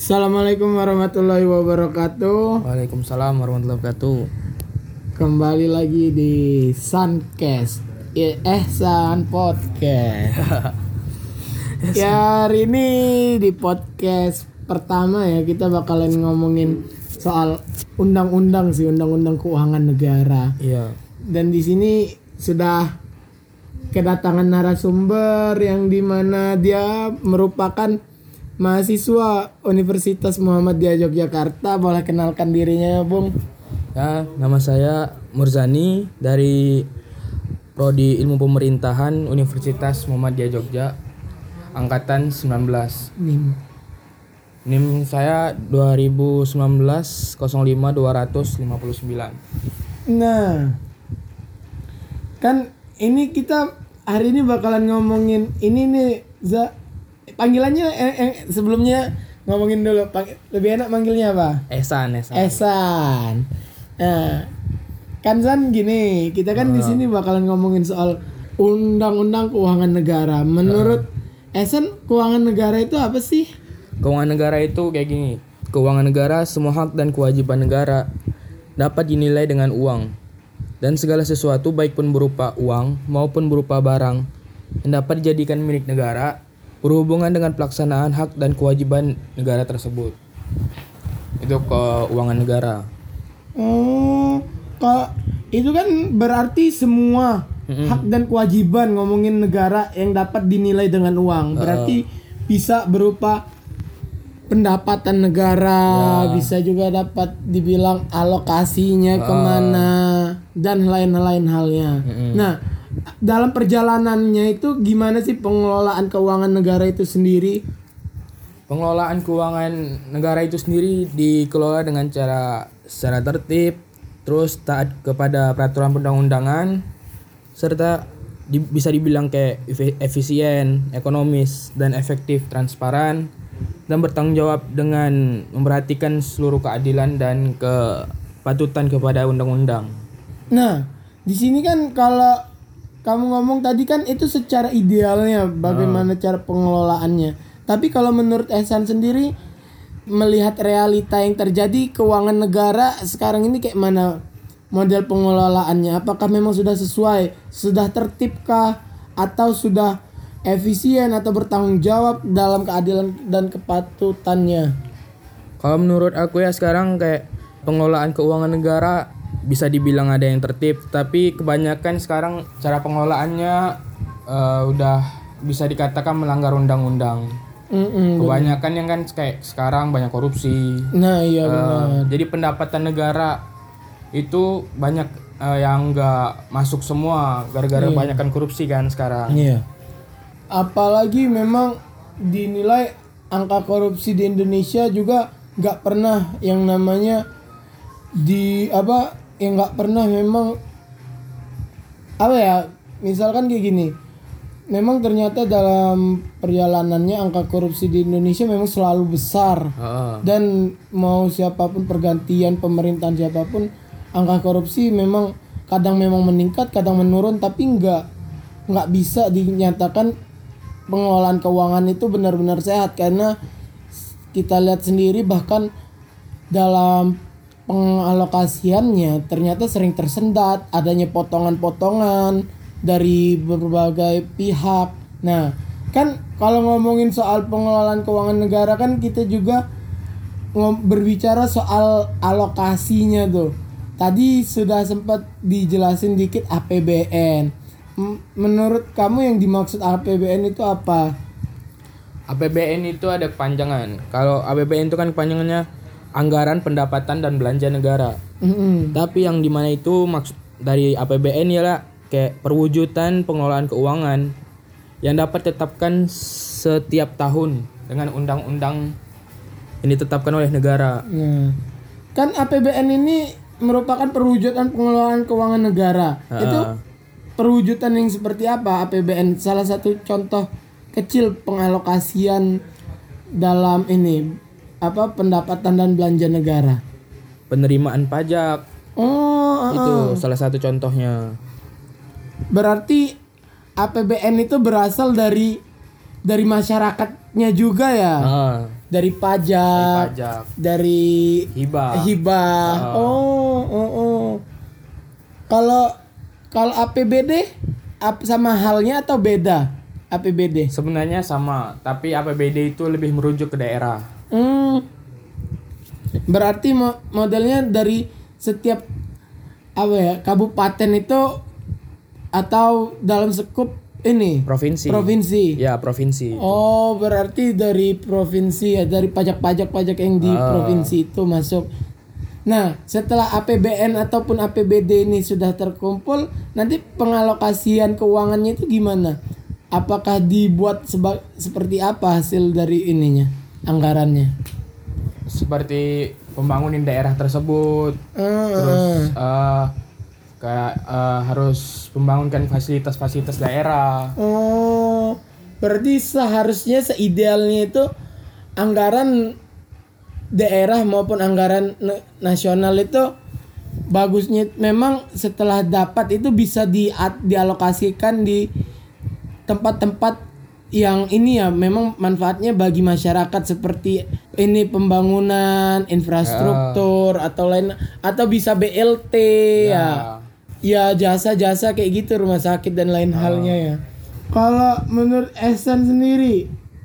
Assalamualaikum warahmatullahi wabarakatuh. Waalaikumsalam warahmatullahi wabarakatuh. Kembali lagi di Suncast, Sun Podcast. Ya, hari ini di podcast pertama ya kita bakalan ngomongin soal undang-undang keuangan negara. Iya. Dan di sini sudah kedatangan narasumber yang dimana dia merupakan mahasiswa Universitas Muhammadiyah Yogyakarta. Boleh kenalkan dirinya, Bung? Ya, nama saya Murzani dari Prodi Ilmu Pemerintahan Universitas Muhammadiyah Jogja, angkatan 19. NIM saya 2019 05 259. Nah, kan ini kita hari ini bakalan ngomongin ini nih, panggilannya sebelumnya ngomongin dulu. Lebih enak manggilnya apa? Esan. Esan. Nah, kan San gini, kita kan di sini bakalan ngomongin soal undang-undang keuangan negara. Menurut Esan, keuangan negara itu apa sih? Keuangan negara itu kayak gini. Keuangan negara semua hak dan kewajiban negara dapat dinilai dengan uang. Dan segala sesuatu baik pun berupa uang maupun berupa barang yang dapat dijadikan milik negara berhubungan dengan pelaksanaan hak dan kewajiban negara tersebut. Itu keuangan negara. Oh, itu kan berarti semua hak dan kewajiban ngomongin negara yang dapat dinilai dengan uang. Berarti bisa berupa pendapatan negara, bisa juga dapat dibilang alokasinya kemana dan lain-lain halnya. Nah, dalam perjalanannya itu gimana sih pengelolaan keuangan negara itu sendiri? Pengelolaan keuangan negara itu sendiri dikelola dengan secara tertib, terus taat kepada peraturan perundang-undangan, serta bisa dibilang kayak efisien, ekonomis, dan efektif, transparan, dan bertanggung jawab dengan memperhatikan seluruh keadilan dan kepatutan kepada undang-undang. Nah, di sini kan kalau kamu ngomong tadi kan itu secara idealnya bagaimana cara pengelolaannya. Tapi kalau menurut Ehsan sendiri melihat realita yang terjadi keuangan negara sekarang ini kayak mana model pengelolaannya? Apakah memang sudah sesuai, sudah tertibkah, atau sudah efisien atau bertanggung jawab dalam keadilan dan kepatutannya? Kalau menurut aku ya sekarang kayak pengelolaan keuangan negara bisa dibilang ada yang tertib, tapi kebanyakan sekarang cara pengelolaannya udah bisa dikatakan melanggar undang-undang. Kebanyakan yang kan kayak sekarang banyak korupsi. Nah iya benar. Jadi pendapatan negara itu banyak yang nggak masuk semua gara-gara banyakkan korupsi kan sekarang. Iya. Apalagi memang dinilai angka korupsi di Indonesia juga nggak pernah yang namanya yang nggak pernah memang misalkan kayak gini, memang ternyata dalam perjalanannya angka korupsi di Indonesia memang selalu besar. Dan mau siapapun pergantian pemerintahan siapapun, angka korupsi memang kadang memang meningkat, kadang menurun, tapi nggak bisa dinyatakan pengelolaan keuangan itu benar-benar sehat, karena kita lihat sendiri bahkan dalam pengalokasiannya ternyata sering tersendat, adanya potongan-potongan dari berbagai pihak. Nah, kan kalau ngomongin soal pengelolaan keuangan negara kan kita juga berbicara soal alokasinya tuh. Tadi sudah sempat dijelasin dikit APBN. Menurut kamu yang dimaksud APBN itu apa? APBN itu ada kepanjangan. Kalau APBN itu kan kepanjangannya Anggaran Pendapatan dan Belanja Negara. Tapi yang dimana itu maksud dari APBN ialah kayak perwujudan pengelolaan keuangan yang dapat ditetapkan setiap tahun dengan undang-undang yang ditetapkan oleh negara. Kan APBN ini merupakan perwujudan pengelolaan keuangan negara. Itu perwujudan yang seperti apa APBN? Salah satu contoh kecil pengalokasian dalam ini pendapatan dan belanja negara. Penerimaan pajak. Itu salah satu contohnya. Berarti APBN itu berasal dari masyarakatnya juga ya. dari pajak, dari hibah. Oh. Kalau APBD sama halnya atau beda APBD? Sebenarnya sama, tapi APBD itu lebih merujuk ke daerah. Berarti modelnya dari setiap kabupaten itu atau dalam skup ini provinsi. Ya, provinsi. Oh, berarti dari provinsi ya, dari pajak yang di provinsi itu masuk. Nah, setelah APBN ataupun APBD ini sudah terkumpul, nanti pengalokasian keuangannya itu gimana? Apakah dibuat seperti apa hasil dari ininya, anggarannya? Seperti pembangunan daerah tersebut, terus kayak harus membangunkan fasilitas daerah. Oh, berarti seharusnya seidealnya itu anggaran daerah maupun anggaran nasional itu bagusnya memang setelah dapat itu bisa dialokasikan di tempat-tempat yang ini ya memang manfaatnya bagi masyarakat, seperti ini pembangunan infrastruktur atau lain, atau bisa BLT ya jasa-jasa kayak gitu, rumah sakit dan lain halnya ya. Kalau menurut Ehsan sendiri,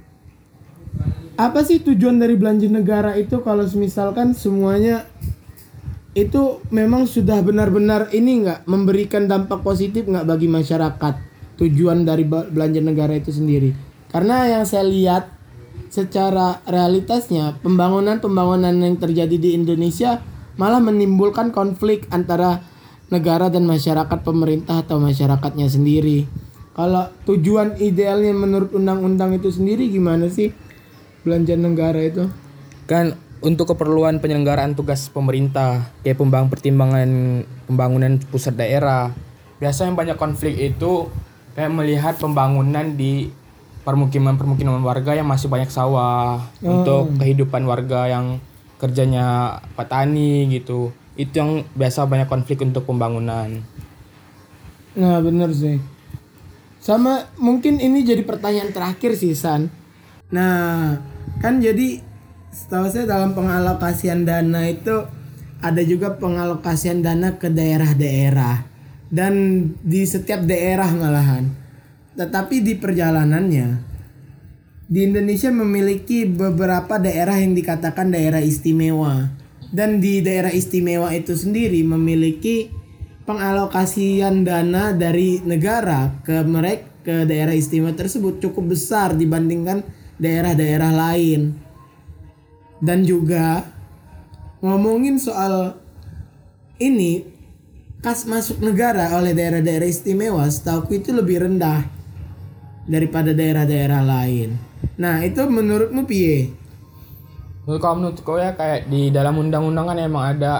apa sih tujuan dari belanja negara itu kalau misalkan semuanya itu memang sudah benar-benar ini nggak memberikan dampak positif nggak bagi masyarakat? Tujuan dari belanja negara itu sendiri. Karena yang saya lihat secara realitasnya pembangunan yang terjadi di Indonesia malah menimbulkan konflik antara negara dan masyarakat, pemerintah atau masyarakatnya sendiri. Kalau tujuan idealnya menurut undang-undang itu sendiri gimana sih belanja negara itu? Kan untuk keperluan penyelenggaraan tugas pemerintah kayak pertimbangan pembangunan pusat daerah. Biasanya yang banyak konflik itu kayak melihat pembangunan di permukiman warga yang masih banyak sawah untuk kehidupan warga yang kerjanya petani gitu. Itu yang biasa banyak konflik untuk pembangunan. Nah, benar sih. Sama mungkin ini jadi pertanyaan terakhir sih, San. Nah, kan jadi setahu saya dalam pengalokasian dana itu ada juga pengalokasian dana ke daerah-daerah dan di setiap daerah malahan. Tetapi di perjalanannya di Indonesia memiliki beberapa daerah yang dikatakan daerah istimewa, dan di daerah istimewa itu sendiri memiliki pengalokasian dana dari negara ke daerah istimewa tersebut cukup besar dibandingkan daerah-daerah lain. Dan juga ngomongin soal ini, kas masuk negara oleh daerah-daerah istimewa setauku itu lebih rendah daripada daerah-daerah lain. Nah, itu menurutmu piye? Menurutku ya kayak di dalam undang-undang kan emang ada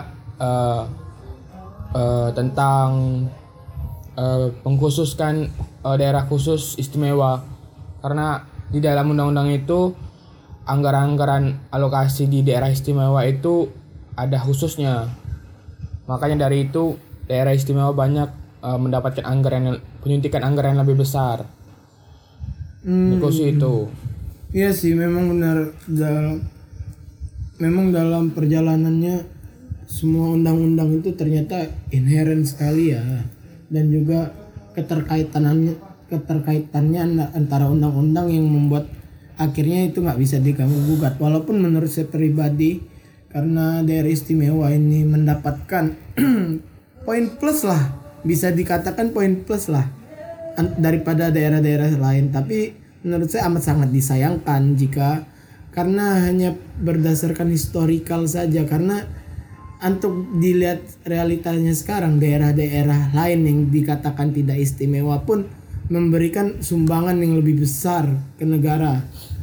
tentang mengkhususkan daerah khusus istimewa, karena di dalam undang-undang itu anggaran-anggaran alokasi di daerah istimewa itu ada khususnya. Makanya dari itu daerah istimewa banyak mendapatkan penyuntikan anggaran yang lebih besar. Itu. Iya sih, memang benar. Memang dalam perjalanannya semua undang-undang itu ternyata inherent sekali ya, dan juga keterkaitannya antara undang-undang yang membuat akhirnya itu nggak bisa diganggu gugat. Walaupun menurut saya pribadi, karena daerah istimewa ini mendapatkan poin plus lah, bisa dikatakan poin plus lah daripada daerah-daerah lain. Tapi menurut saya amat sangat disayangkan jika karena hanya berdasarkan historikal saja, karena untuk dilihat realitanya sekarang daerah-daerah lain yang dikatakan tidak istimewa pun memberikan sumbangan yang lebih besar ke negara.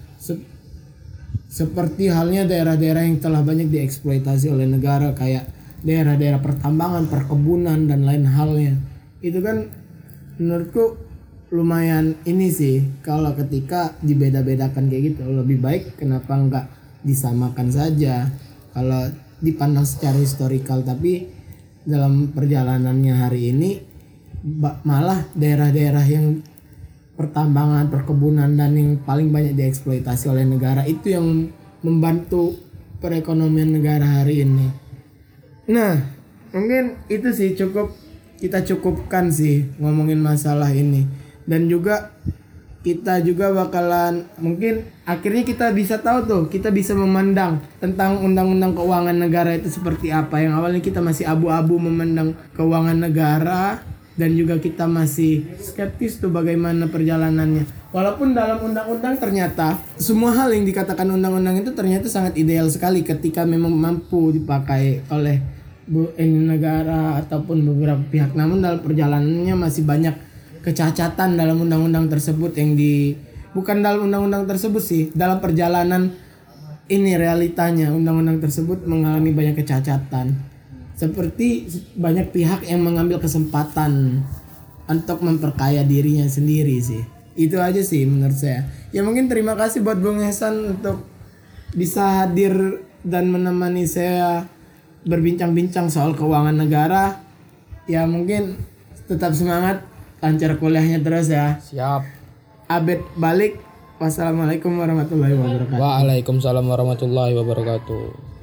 Seperti halnya daerah-daerah yang telah banyak dieksploitasi oleh negara, kayak daerah-daerah pertambangan, perkebunan dan lain halnya. Itu kan menurutku lumayan ini sih, kalau ketika dibeda-bedakan kayak gitu. Lebih baik kenapa enggak disamakan saja kalau dipandang secara historikal. Tapi dalam perjalanannya hari ini malah daerah-daerah yang pertambangan, perkebunan dan yang paling banyak dieksploitasi oleh negara itu yang membantu perekonomian negara hari ini. Nah, mungkin itu sih kita cukupkan sih ngomongin masalah ini. Dan juga kita juga bakalan mungkin akhirnya kita bisa tahu tuh, kita bisa memandang tentang undang-undang keuangan negara itu seperti apa. Yang awalnya kita masih abu-abu memandang keuangan negara dan juga kita masih skeptis tuh bagaimana perjalanannya. Walaupun dalam undang-undang ternyata semua hal yang dikatakan undang-undang itu ternyata sangat ideal sekali ketika memang mampu dipakai oleh negara ataupun beberapa pihak. Namun dalam perjalanannya masih banyak kecacatan dalam undang-undang tersebut bukan dalam undang-undang tersebut sih, dalam perjalanan ini realitanya undang-undang tersebut mengalami banyak kecacatan. Seperti banyak pihak yang mengambil kesempatan untuk memperkaya dirinya sendiri sih. Itu aja sih menurut saya. Ya mungkin terima kasih buat Bung Hasan untuk bisa hadir dan menemani saya berbincang-bincang soal keuangan negara. Ya mungkin tetap semangat, lancar kuliahnya terus ya. Siap. Abed balik. Wassalamualaikum warahmatullahi wabarakatuh. Waalaikumsalam warahmatullahi wabarakatuh.